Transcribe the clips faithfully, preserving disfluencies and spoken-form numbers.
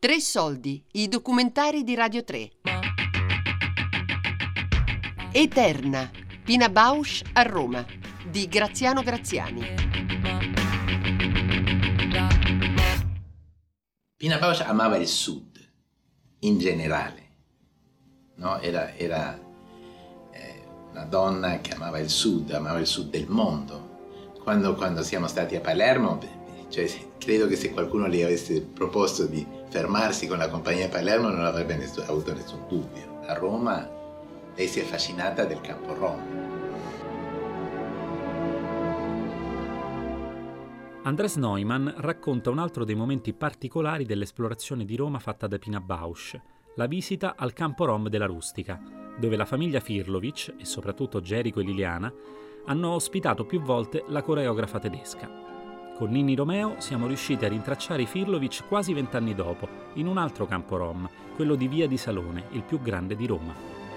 Tre soldi, i documentari di Radio tre. Eterna, Pina Bausch a Roma, di Graziano Graziani. Pina Bausch amava il Sud, in generale, no? Era, era eh, una donna che amava il Sud, amava il Sud del mondo. Quando, quando siamo stati a Palermo, cioè, credo che se qualcuno le avesse proposto di fermarsi con la compagnia Palermo non avrebbe nessun, avuto nessun dubbio. A Roma lei si è affascinata del Campo Rom. Andrés Neumann racconta un altro dei momenti particolari dell'esplorazione di Roma fatta da Pina Bausch, la visita al Campo Rom della Rustica, dove la famiglia Firlovic, e soprattutto Gerico e Liliana, hanno ospitato più volte la coreografa tedesca. Con Ninni Romeo siamo riusciti a rintracciare i Firlovic quasi vent'anni dopo, in un altro campo rom, quello di Via di Salone, il più grande di Roma.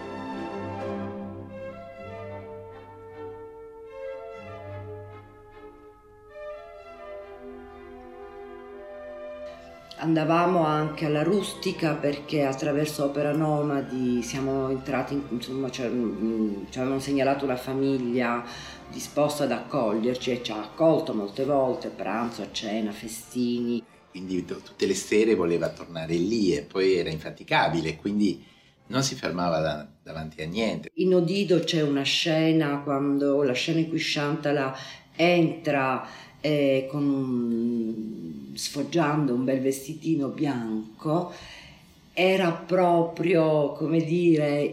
Andavamo anche alla Rustica perché attraverso Opera Nomadi siamo entrati, insomma, ci avevano segnalato una famiglia disposta ad accoglierci e ci ha accolto molte volte, a pranzo, a cena, festini. Quindi tutte le sere voleva tornare lì e poi era infaticabile, quindi non si fermava da, davanti a niente. In Odido c'è una scena, quando la scena in cui Shantala entra eh, con un, sfoggiando un bel vestitino bianco, era proprio, come dire,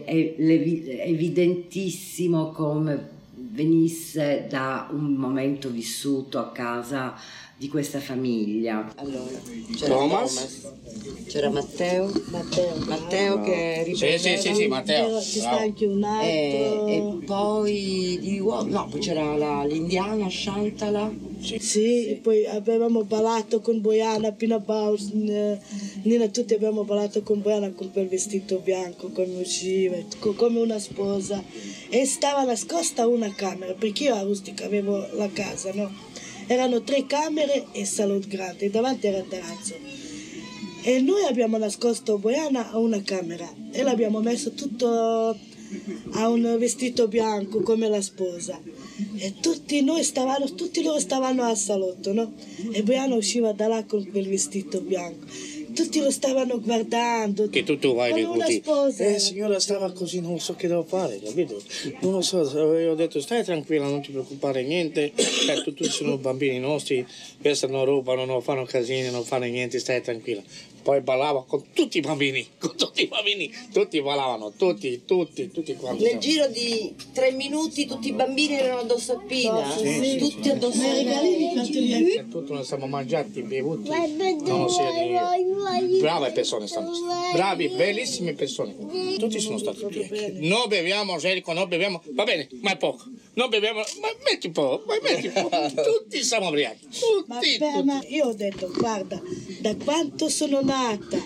evidentissimo come venisse da un momento vissuto a casa di questa famiglia. Allora, c'era Thomas, Thomas c'era Matteo, Matteo, Matteo che riprendeva. Sì, sì, sì, sì, Matteo. Ci sta anche un altro. E, e poi di uomo, no, poi c'era la, l'indiana Shantala. Sì, sì, e poi avevamo ballato con Bojana, Pina Bausch, Nina, tutti abbiamo ballato con Bojana con quel vestito bianco, come usciva, come una sposa. E stava nascosta una camera, perché io a Rustica avevo la casa, no? Erano tre camere e salotto grande, e davanti era il terrazzo. E noi abbiamo nascosto Bojana a una camera e l'abbiamo messo tutto a un vestito bianco come la sposa. E tutti noi stavano, tutti loro stavano al salotto, no? E Bojana usciva da là con quel vestito bianco. Tutti lo stavano guardando. Che tu, tu vai lì così. Eh, signora, stava così, non so che devo fare, capito? Non lo so, io ho detto stai tranquilla, non ti preoccupare niente, eh, tutti sono bambini nostri, questa non rubano, non fanno casini, non fanno niente, stai tranquilla. Poi ballava con tutti i bambini, con tutti i bambini, tutti ballavano, tutti, tutti, tutti quanti. Nel giro di tre minuti tutti i bambini erano addosso a Pina, sì, sì, tutti addosso a Pina. E tutti non siamo mangiati, bevuti, non si è brave persone stanno, bravi, bellissime persone, tutti sono stati ubriachi. Non beviamo, Gerico, non beviamo, va bene, ma è poco, non beviamo, ma metti poco, ma metti poco, tutti siamo ubriachi, tutti, ma, tutti. ma io ho detto, guarda, da quanto sono nata,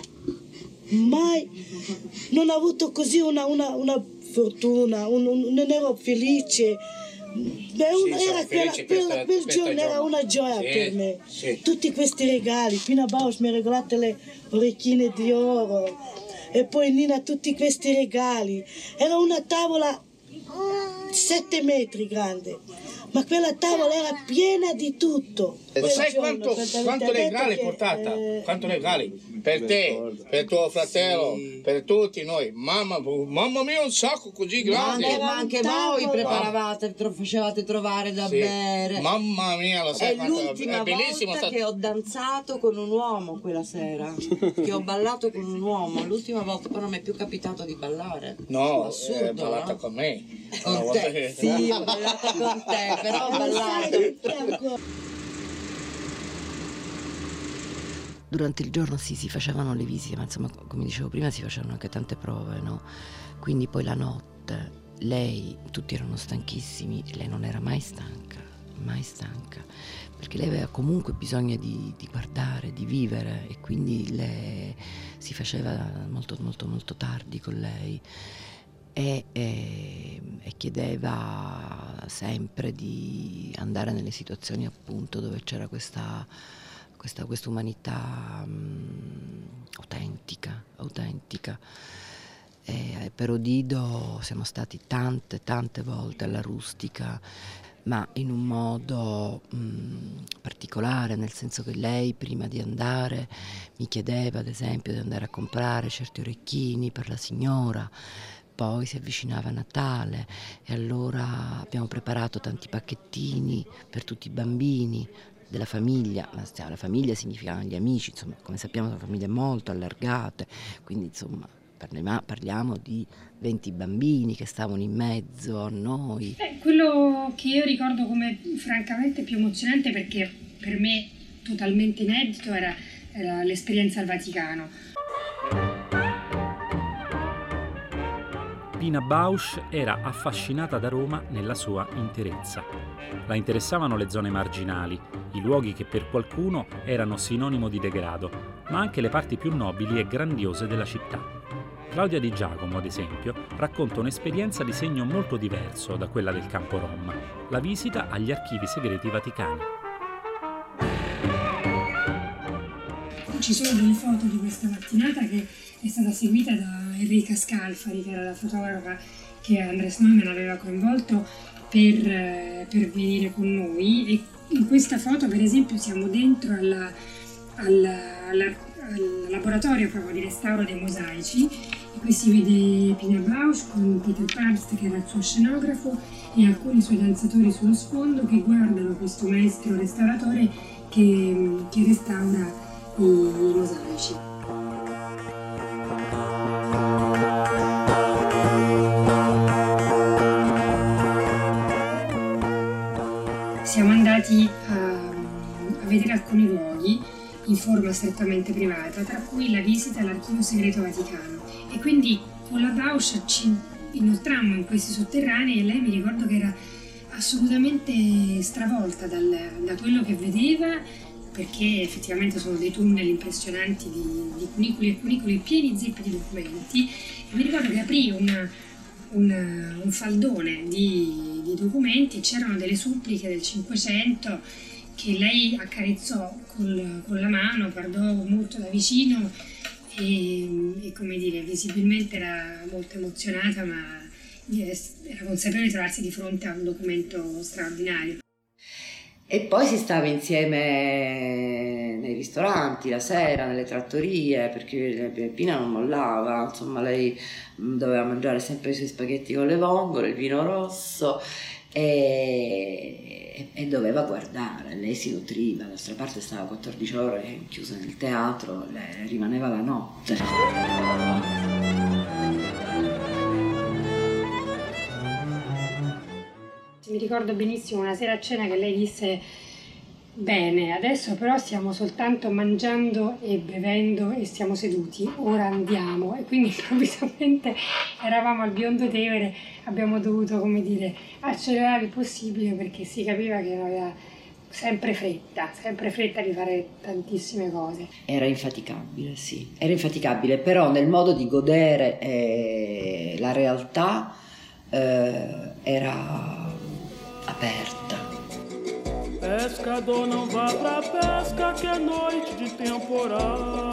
mai non ho avuto così una, una, una fortuna, un, un, non ero felice. Beh, una, sì, era quella, quel, quella, quel giorno era una gioia sì, per me. Sì. Tutti questi regali, Pina Bausch mi ha regalato le orecchine di oro e poi Nina tutti questi regali. Era una tavola sette metri grande, ma quella tavola era piena di tutto. Ma sai quanto, giorno, quanto regali che, portata? Eh... Quanto regali? Per te, per tuo fratello, sì, per tutti noi. Mamma, mamma mia, un sacco così grande. Ma anche, ma anche voi preparavate, tro- facevate trovare da sì, bere. Mamma mia, lo sai è quanto l'ultima è bellissimo. volta Stato... che ho danzato con un uomo quella sera. Che ho ballato con un uomo. L'ultima volta però non mi è più capitato di ballare. No, assurdo, hai ballato no? con me. Con te, che... sì, ho ballato con te, però ho ballato. Durante il giorno sì, si facevano le visite, ma insomma, come dicevo prima, si facevano anche tante prove, no? Quindi poi la notte, lei, tutti erano stanchissimi, lei non era mai stanca, mai stanca, perché lei aveva comunque bisogno di, di guardare, di vivere, e quindi le, si faceva molto, molto, molto tardi con lei. E, e, e chiedeva sempre di andare nelle situazioni appunto dove c'era questa questa umanità um, autentica, autentica. E per Odido siamo stati tante, tante volte alla Rustica, ma in un modo mh, particolare, nel senso che lei prima di andare mi chiedeva ad esempio di andare a comprare certi orecchini per la signora, poi si avvicinava Natale e allora abbiamo preparato tanti pacchettini per tutti i bambini della famiglia, ma la famiglia significa gli amici, insomma, come sappiamo sono famiglie molto allargate, quindi insomma parliamo di venti bambini che stavano in mezzo a noi. Eh, quello che io ricordo come francamente più emozionante, perché per me totalmente inedito, era, era l'esperienza al Vaticano. Pina Bausch era affascinata da Roma nella sua interezza. La interessavano le zone marginali, i luoghi che per qualcuno erano sinonimo di degrado, ma anche le parti più nobili e grandiose della città. Claudia Di Giacomo, ad esempio, racconta un'esperienza di segno molto diverso da quella del Campo Rom, la visita agli archivi segreti vaticani. Ci sono delle foto di questa mattinata che è stata seguita da Enrica Scalfari, che era la fotografa che Andres Neumann aveva coinvolto per, per venire con noi, e in questa foto per esempio siamo dentro alla, alla, alla, al laboratorio proprio di restauro dei mosaici, e qui si vede Pina Bausch con Peter Pabst che era il suo scenografo e alcuni suoi danzatori sullo sfondo che guardano questo maestro restauratore che, che restaura i, i mosaici. Siamo andati a, a vedere alcuni luoghi in forma strettamente privata, tra cui la visita all'Archivio Segreto Vaticano. E quindi con la Bausch ci inoltrammo in questi sotterranei e lei mi ricordo che era assolutamente stravolta dal, da quello che vedeva, perché effettivamente sono dei tunnel impressionanti di, di cunicoli e cunicoli pieni zeppi di documenti. E mi ricordo che aprì una, una, un faldone di, di documenti e c'erano delle suppliche del Cinquecento che lei accarezzò col, con la mano, guardò molto da vicino e, e come dire, visibilmente era molto emozionata, ma era consapevole di trovarsi di fronte a un documento straordinario. E poi si stava insieme nei ristoranti, la sera, nelle trattorie, perché Pina non mollava, insomma lei doveva mangiare sempre i suoi spaghetti con le vongole, il vino rosso e, e doveva guardare, lei si nutriva, la nostra parte stava quattordici ore chiusa nel teatro, lei rimaneva la notte. Mi ricordo benissimo una sera a cena che lei disse: bene, adesso però stiamo soltanto mangiando e bevendo e siamo seduti, ora andiamo. E quindi improvvisamente eravamo al Biondo Tevere, abbiamo dovuto, come dire, accelerare il possibile perché si capiva che aveva sempre fretta, sempre fretta di fare tantissime cose. Era infaticabile, sì, era infaticabile, però nel modo di godere eh, la realtà eh, era aperta. Pescador não vá pra pesca che è noite di temporal.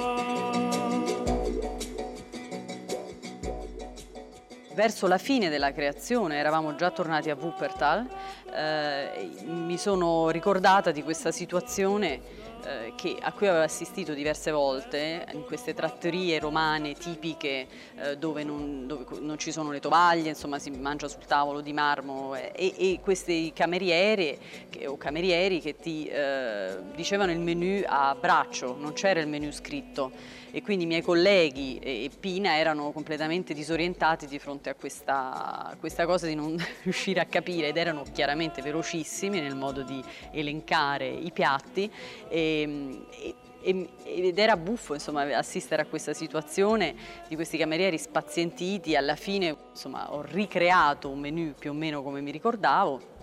Verso la fine della creazione, eravamo già tornati a Wuppertal, eh, mi sono ricordata di questa situazione eh, che, a cui avevo assistito diverse volte in queste trattorie romane tipiche eh, dove, non, dove non ci sono le tovaglie, insomma si mangia sul tavolo di marmo eh, e, e questi cameriere che, o camerieri che ti eh, dicevano il menù a braccio, non c'era il menù scritto. E quindi i miei colleghi e Pina erano completamente disorientati di fronte a questa, a questa cosa di non riuscire a capire, ed erano chiaramente velocissimi nel modo di elencare i piatti e, e, ed era buffo, insomma, assistere a questa situazione di questi camerieri spazientiti. Alla fine, insomma, ho ricreato un menù più o meno come mi ricordavo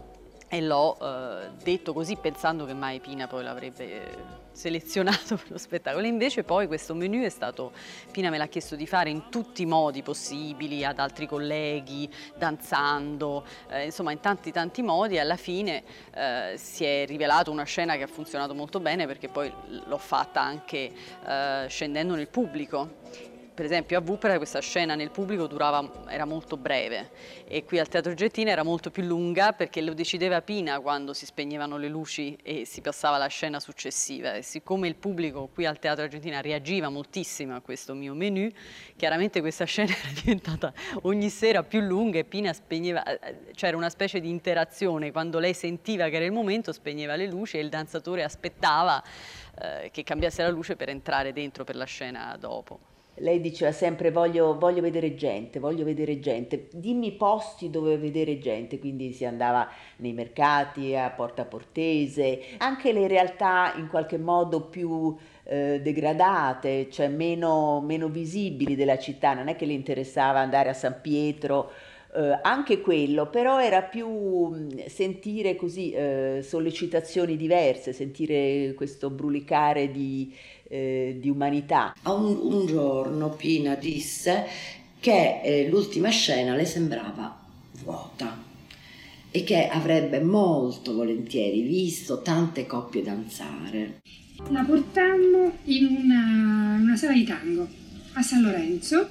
e l'ho eh, detto così pensando che mai Pina poi l'avrebbe selezionato per lo spettacolo. Invece poi questo menù è stato, Pina me l'ha chiesto di fare in tutti i modi possibili, ad altri colleghi, danzando, eh, insomma in tanti tanti modi, e alla fine eh, si è rivelato una scena che ha funzionato molto bene, perché poi l'ho fatta anche eh, scendendo nel pubblico. Per esempio a Wuppertal questa scena nel pubblico durava, era molto breve, e qui al Teatro Argentina era molto più lunga, perché lo decideva Pina quando si spegnevano le luci e si passava alla scena successiva. E siccome il pubblico qui al Teatro Argentina reagiva moltissimo a questo mio menù, chiaramente questa scena era diventata ogni sera più lunga e Pina spegneva, c'era una specie di interazione, quando lei sentiva che era il momento spegneva le luci e il danzatore aspettava eh, che cambiasse la luce per entrare dentro per la scena dopo. Lei diceva sempre voglio, voglio vedere gente, voglio vedere gente, dimmi posti dove vedere gente, quindi si andava nei mercati, a Porta Portese, anche le realtà in qualche modo più eh, degradate, cioè meno, meno visibili della città, non è che le interessava andare a San Pietro, eh, anche quello, però era più sentire così eh, sollecitazioni diverse, sentire questo brulicare di... Eh, di umanità. Un, un giorno Pina disse che eh, l'ultima scena le sembrava vuota e che avrebbe molto volentieri visto tante coppie danzare. La portammo in una, una sala di tango a San Lorenzo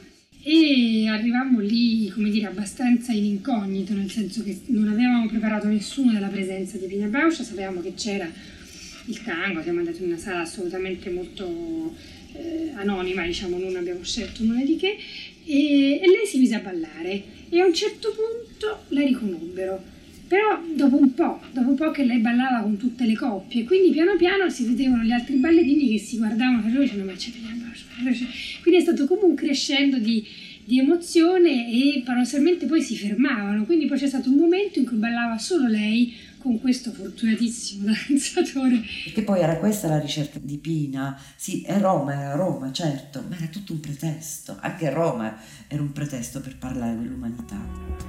e arrivammo lì, come dire, abbastanza in incognito, nel senso che non avevamo preparato nessuno della presenza di Pina Bausch, sapevamo che c'era il tango, siamo andati in una sala assolutamente molto eh, anonima, diciamo, non abbiamo scelto nulla di che, e, e lei si mise a ballare e a un certo punto la riconobbero, però dopo un po', dopo un po' che lei ballava con tutte le coppie, quindi piano piano si vedevano gli altri ballerini che si guardavano tra loro e dicevano ma c'è Pina Bausch, quindi è stato come un crescendo di, di emozione e paradossalmente poi si fermavano, quindi poi c'è stato un momento in cui ballava solo lei con questo fortunatissimo danzatore. Perché poi era questa la ricerca di Pina, sì, è Roma, era Roma, certo, ma era tutto un pretesto, anche Roma era un pretesto per parlare dell'umanità.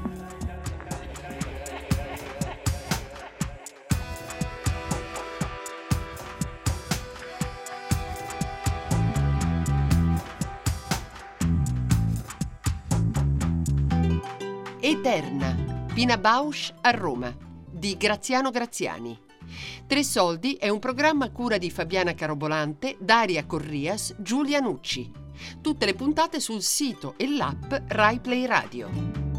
Eterna, Pina Bausch a Roma, di Graziano Graziani. Tre Soldi è un programma a cura di Fabiana Carobolante, Daria Corrias, Giulia Nucci. Tutte le puntate sul sito e l'app Rai Play Radio.